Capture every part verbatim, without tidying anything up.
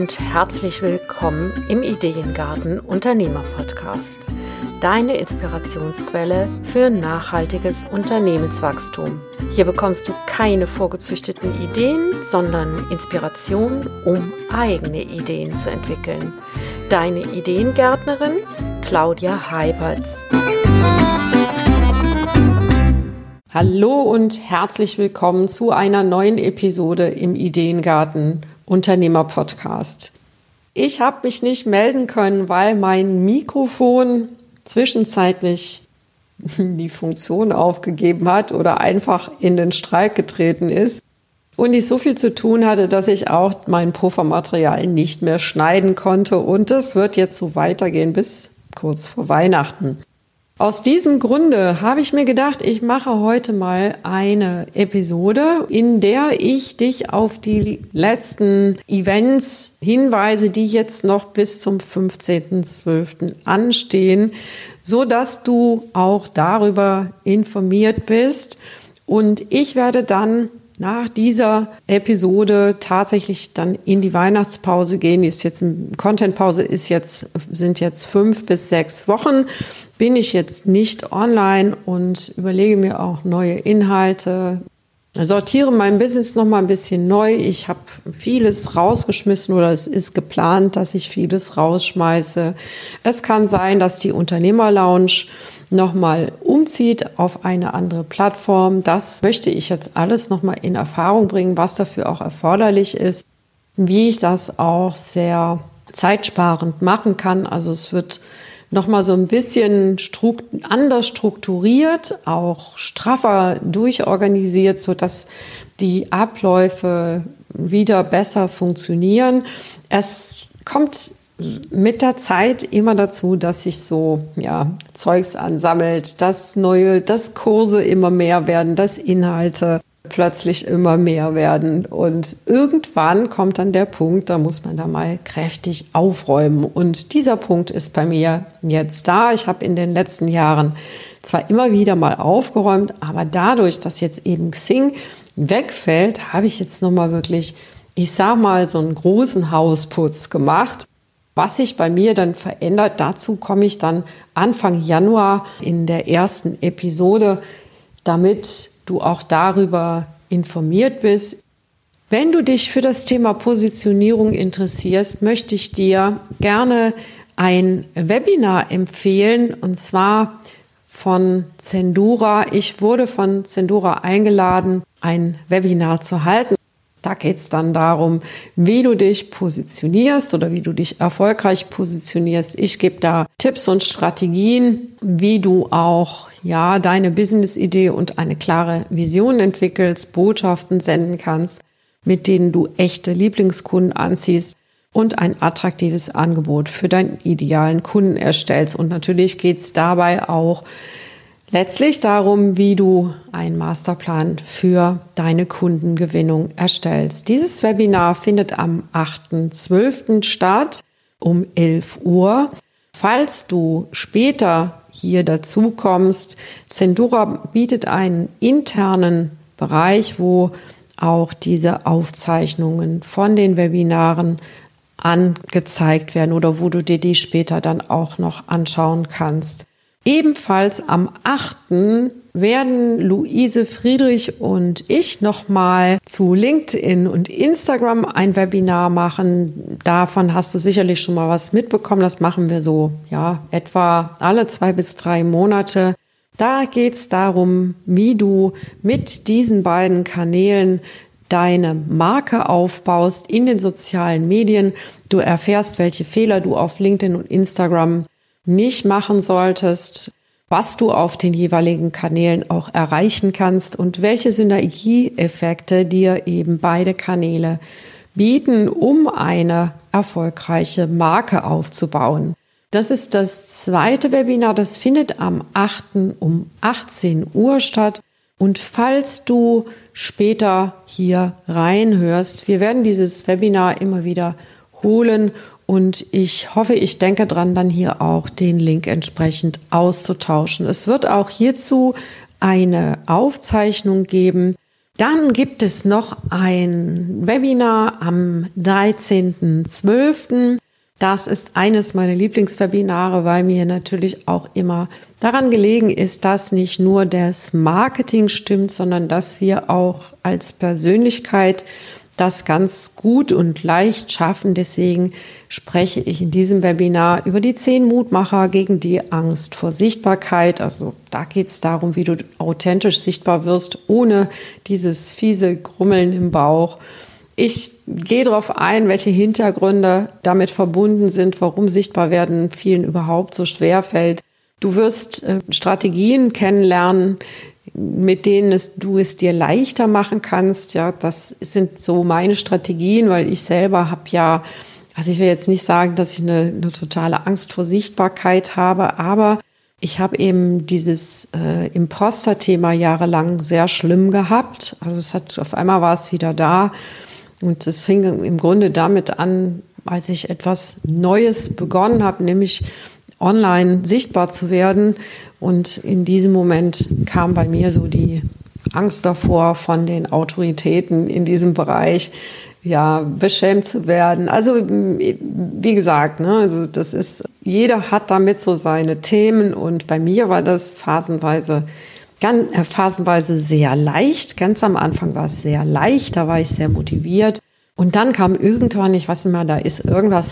und herzlich willkommen im Ideengarten Unternehmer Podcast. Deine Inspirationsquelle für nachhaltiges Unternehmenswachstum. Hier bekommst du keine vorgezüchteten Ideen, sondern Inspiration, um eigene Ideen zu entwickeln. Deine Ideengärtnerin Claudia Heiberts. Hallo und herzlich willkommen zu einer neuen Episode im Ideengarten Unternehmer Podcast. Ich habe mich nicht melden können, weil mein Mikrofon zwischenzeitlich die Funktion aufgegeben hat oder einfach in den Streik getreten ist und ich so viel zu tun hatte, dass ich auch mein Puffermaterial nicht mehr schneiden konnte und das wird jetzt so weitergehen bis kurz vor Weihnachten. Aus diesem Grunde habe ich mir gedacht, ich mache heute mal eine Episode, in der ich dich auf die letzten Events hinweise, die jetzt noch bis zum fünfzehnten zwölften anstehen, so dass du auch darüber informiert bist. Und ich werde dann nach dieser Episode tatsächlich dann in die Weihnachtspause gehen. Die ist jetzt Contentpause ist jetzt sind jetzt fünf bis sechs Wochen. Bin ich jetzt nicht online und überlege mir auch neue Inhalte. Sortiere mein Business noch mal ein bisschen neu. Ich habe vieles rausgeschmissen oder es ist geplant, dass ich vieles rausschmeiße. Es kann sein, dass die Unternehmerlounge noch mal umzieht auf eine andere Plattform. Das möchte ich jetzt alles noch mal in Erfahrung bringen, was dafür auch erforderlich ist, wie ich das auch sehr zeitsparend machen kann. Also es wird noch mal so ein bisschen strukt- anders strukturiert, auch straffer durchorganisiert, sodass die Abläufe wieder besser funktionieren. Es kommt mit der Zeit immer dazu, dass sich so ja, Zeugs ansammelt, dass neue, dass Kurse immer mehr werden, dass Inhalte plötzlich immer mehr werden. Und irgendwann kommt dann der Punkt, da muss man da mal kräftig aufräumen. Und dieser Punkt ist bei mir jetzt da. Ich habe in den letzten Jahren zwar immer wieder mal aufgeräumt, aber dadurch, dass jetzt eben Xing wegfällt, habe ich jetzt nochmal wirklich, ich sag mal, so einen großen Hausputz gemacht. Was sich bei mir dann verändert, dazu komme ich dann Anfang Januar in der ersten Episode, damit du auch darüber informiert bist. Wenn du dich für das Thema Positionierung interessierst, möchte ich dir gerne ein Webinar empfehlen, und zwar von Zendura. Ich wurde von Zendura eingeladen, ein Webinar zu halten. Da geht es dann darum, wie du dich positionierst oder wie du dich erfolgreich positionierst. Ich gebe da Tipps und Strategien, wie du auch ja, deine Business-Idee und eine klare Vision entwickelst, Botschaften senden kannst, mit denen du echte Lieblingskunden anziehst und ein attraktives Angebot für deinen idealen Kunden erstellst. Und natürlich geht es dabei auch letztlich darum, wie du einen Masterplan für deine Kundengewinnung erstellst. Dieses Webinar findet am achten zwölften statt um elf Uhr. Falls du später hier dazu kommst, Zendura bietet einen internen Bereich, wo auch diese Aufzeichnungen von den Webinaren angezeigt werden oder wo du dir die später dann auch noch anschauen kannst. Ebenfalls am achten werden Luise Friedrich und ich nochmal zu LinkedIn und Instagram ein Webinar machen. Davon hast du sicherlich schon mal was mitbekommen. Das machen wir so, ja, etwa alle zwei bis drei Monate. Da geht es darum, wie du mit diesen beiden Kanälen deine Marke aufbaust in den sozialen Medien. Du erfährst, welche Fehler du auf LinkedIn und Instagram nicht machen solltest, was du auf den jeweiligen Kanälen auch erreichen kannst und welche Synergieeffekte dir eben beide Kanäle bieten, um eine erfolgreiche Marke aufzubauen. Das ist das zweite Webinar, das findet am achten um achtzehn Uhr statt. Und falls du später hier reinhörst, wir werden dieses Webinar immer wieder holen. Und ich hoffe, ich denke dran, dann hier auch den Link entsprechend auszutauschen. Es wird auch hierzu eine Aufzeichnung geben Dann gibt es noch ein Webinar am dreizehnten zwölften Das ist eines meiner Lieblingswebinare, weil mir natürlich auch immer daran gelegen ist, dass nicht nur das Marketing stimmt, sondern dass wir auch als Persönlichkeit das ganz gut und leicht schaffen. Deswegen spreche ich in diesem Webinar über die zehn Mutmacher gegen die Angst vor Sichtbarkeit. Also da geht es darum, wie du authentisch sichtbar wirst, ohne dieses fiese Grummeln im Bauch. Ich gehe darauf ein, welche Hintergründe damit verbunden sind, warum sichtbar werden vielen überhaupt so schwer fällt. Du wirst äh, Strategien kennenlernen, mit denen es, du es dir leichter machen kannst. Ja, das sind so meine Strategien, weil ich selber habe ja, also ich will jetzt nicht sagen, dass ich eine, eine totale Angst vor Sichtbarkeit habe, aber ich habe eben dieses äh, Imposter-Thema jahrelang sehr schlimm gehabt. Also es hat, auf einmal war es wieder da. Und es fing im Grunde damit an, als ich etwas Neues begonnen habe, nämlich online sichtbar zu werden. Und in diesem Moment kam bei mir so die Angst davor, von den Autoritäten in diesem Bereich ja beschämt zu werden. Also wie gesagt, ne, also das ist, jeder hat damit so seine Themen. Und bei mir war das phasenweise Ganz, äh, phasenweise sehr leicht. Ganz am Anfang war es sehr leicht, da war ich sehr motiviert. Und dann kam irgendwann, ich weiß nicht mehr, da ist irgendwas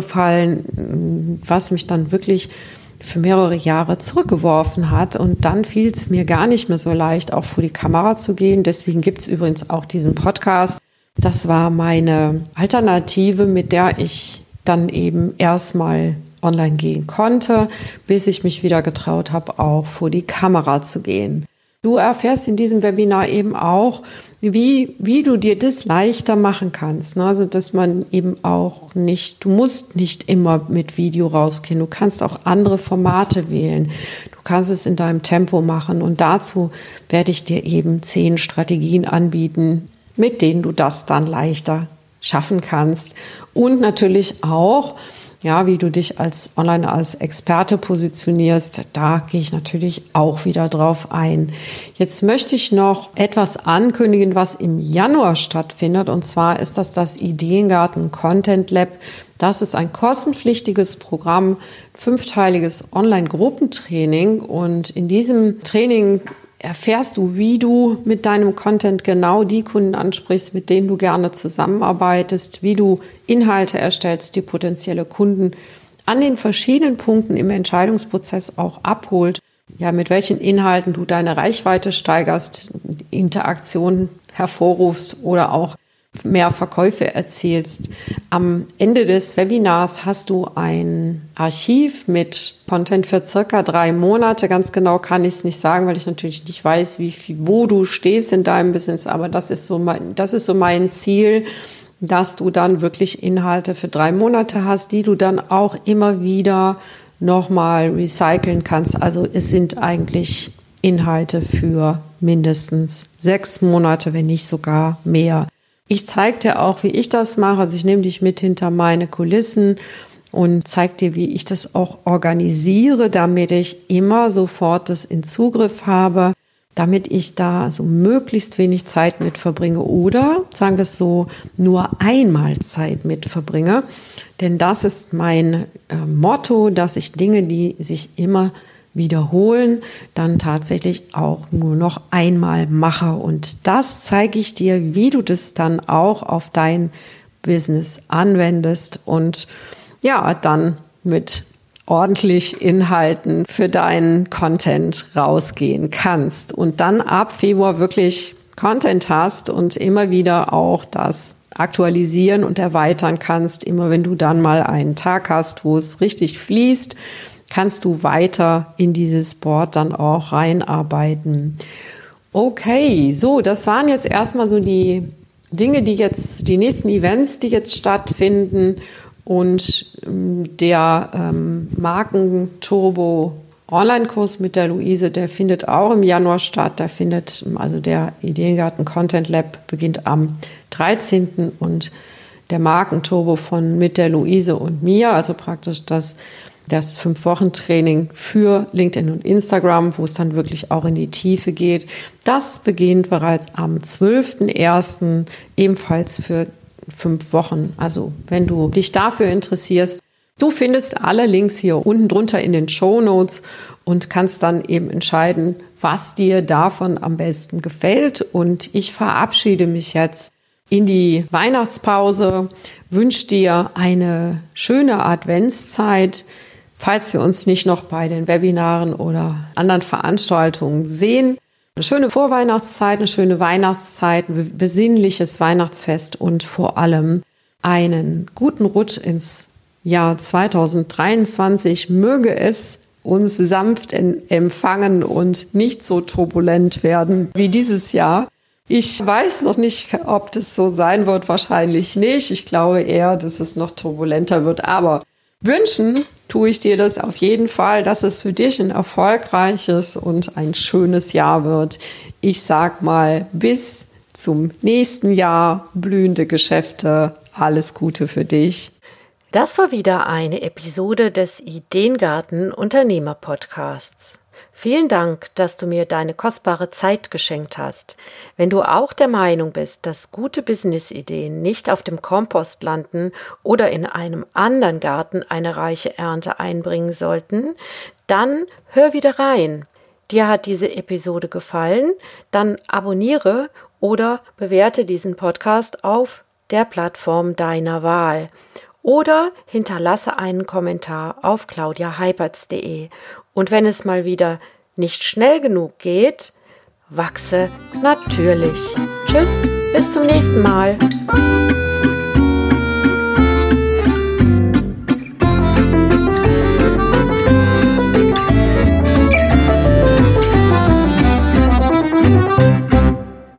vorgefallen, was mich dann wirklich für mehrere Jahre zurückgeworfen hat. Und dann fiel es mir gar nicht mehr so leicht, auch vor die Kamera zu gehen. Deswegen gibt es übrigens auch diesen Podcast. Das war meine Alternative, mit der ich dann eben erstmal online gehen konnte, bis ich mich wieder getraut habe, auch vor die Kamera zu gehen. Du erfährst in diesem Webinar eben auch, wie, wie du dir das leichter machen kannst. Also, dass man eben auch nicht, du musst nicht immer mit Video rausgehen. Du kannst auch andere Formate wählen. Du kannst es in deinem Tempo machen. Und dazu werde ich dir eben zehn Strategien anbieten, mit denen du das dann leichter schaffen kannst. Und natürlich auch, ja, wie du dich als online als Experte positionierst, da gehe ich natürlich auch wieder drauf ein. Jetzt möchte ich noch etwas ankündigen, was im Januar stattfindet. Und zwar ist das das Ideengarten Content Lab. Das ist ein kostenpflichtiges Programm, fünfteiliges Online-Gruppentraining. Und in diesem Training erfährst du, wie du mit deinem Content genau die Kunden ansprichst, mit denen du gerne zusammenarbeitest, wie du Inhalte erstellst, die potenzielle Kunden an den verschiedenen Punkten im Entscheidungsprozess auch abholt, ja, mit welchen Inhalten du deine Reichweite steigerst, Interaktionen hervorrufst oder auch mehr Verkäufe erzielst. Am Ende des Webinars hast du ein Archiv mit Content für circa drei Monate. Ganz genau kann ich es nicht sagen, weil ich natürlich nicht weiß, wie viel, wo du stehst in deinem Business. Aber das ist so mein, das ist so mein Ziel, dass du dann wirklich Inhalte für drei Monate hast, die du dann auch immer wieder nochmal recyceln kannst. Also es sind eigentlich Inhalte für mindestens sechs Monate, wenn nicht sogar mehr. Ich zeige dir auch, wie ich das mache. Also ich nehme dich mit hinter meine Kulissen und zeige dir, wie ich das auch organisiere, damit ich immer sofort das in Zugriff habe, damit ich da so möglichst wenig Zeit mit verbringe oder, sagen wir es so, nur einmal Zeit mit verbringe. Denn das ist mein äh, Motto, dass ich Dinge, die sich immer wiederholen, dann tatsächlich auch nur noch einmal mache. Und das zeige ich dir, wie du das dann auch auf dein Business anwendest und ja, dann mit ordentlich Inhalten für deinen Content rausgehen kannst und dann ab Februar wirklich Content hast und immer wieder auch das aktualisieren und erweitern kannst. Immer wenn du dann mal einen Tag hast, wo es richtig fließt, kannst du weiter in dieses Board dann auch reinarbeiten. Okay, so, das waren jetzt erstmal so die Dinge, die jetzt, die nächsten Events, die jetzt stattfinden. Und der ähm, Markenturbo Online-Kurs mit der Luise, der findet auch im Januar statt. Der findet, also der Ideengarten Content Lab beginnt am dreizehnten und der Markenturbo von mit der Luise und mir, also praktisch das das Fünf-Wochen-Training für LinkedIn und Instagram, wo es dann wirklich auch in die Tiefe geht. Das beginnt bereits am zwölften ersten ebenfalls für fünf Wochen. Also wenn du dich dafür interessierst, du findest alle Links hier unten drunter in den Shownotes und kannst dann eben entscheiden, was dir davon am besten gefällt. Und ich verabschiede mich jetzt in die Weihnachtspause, wünsche dir eine schöne Adventszeit. Falls wir uns nicht noch bei den Webinaren oder anderen Veranstaltungen sehen, eine schöne Vorweihnachtszeit, eine schöne Weihnachtszeit, ein besinnliches Weihnachtsfest und vor allem einen guten Rutsch ins Jahr zweitausenddreiundzwanzig. Möge es uns sanft empfangen und nicht so turbulent werden wie dieses Jahr. Ich weiß noch nicht, ob das so sein wird, wahrscheinlich nicht. Ich glaube eher, dass es noch turbulenter wird, aber wünschen tue ich dir das auf jeden Fall, dass es für dich ein erfolgreiches und ein schönes Jahr wird. Ich sag mal, bis zum nächsten Jahr, blühende Geschäfte, alles Gute für dich. Das war wieder eine Episode des Ideengarten Unternehmer Podcasts. Vielen Dank, dass du mir deine kostbare Zeit geschenkt hast. Wenn du auch der Meinung bist, dass gute Businessideen nicht auf dem Kompost landen oder in einem anderen Garten eine reiche Ernte einbringen sollten, dann hör wieder rein. Dir hat diese Episode gefallen? Dann abonniere oder bewerte diesen Podcast auf der Plattform deiner Wahl. Oder hinterlasse einen Kommentar auf claudia heipertz punkt de. Und wenn es mal wieder nicht schnell genug geht, wachse natürlich. Tschüss, bis zum nächsten Mal.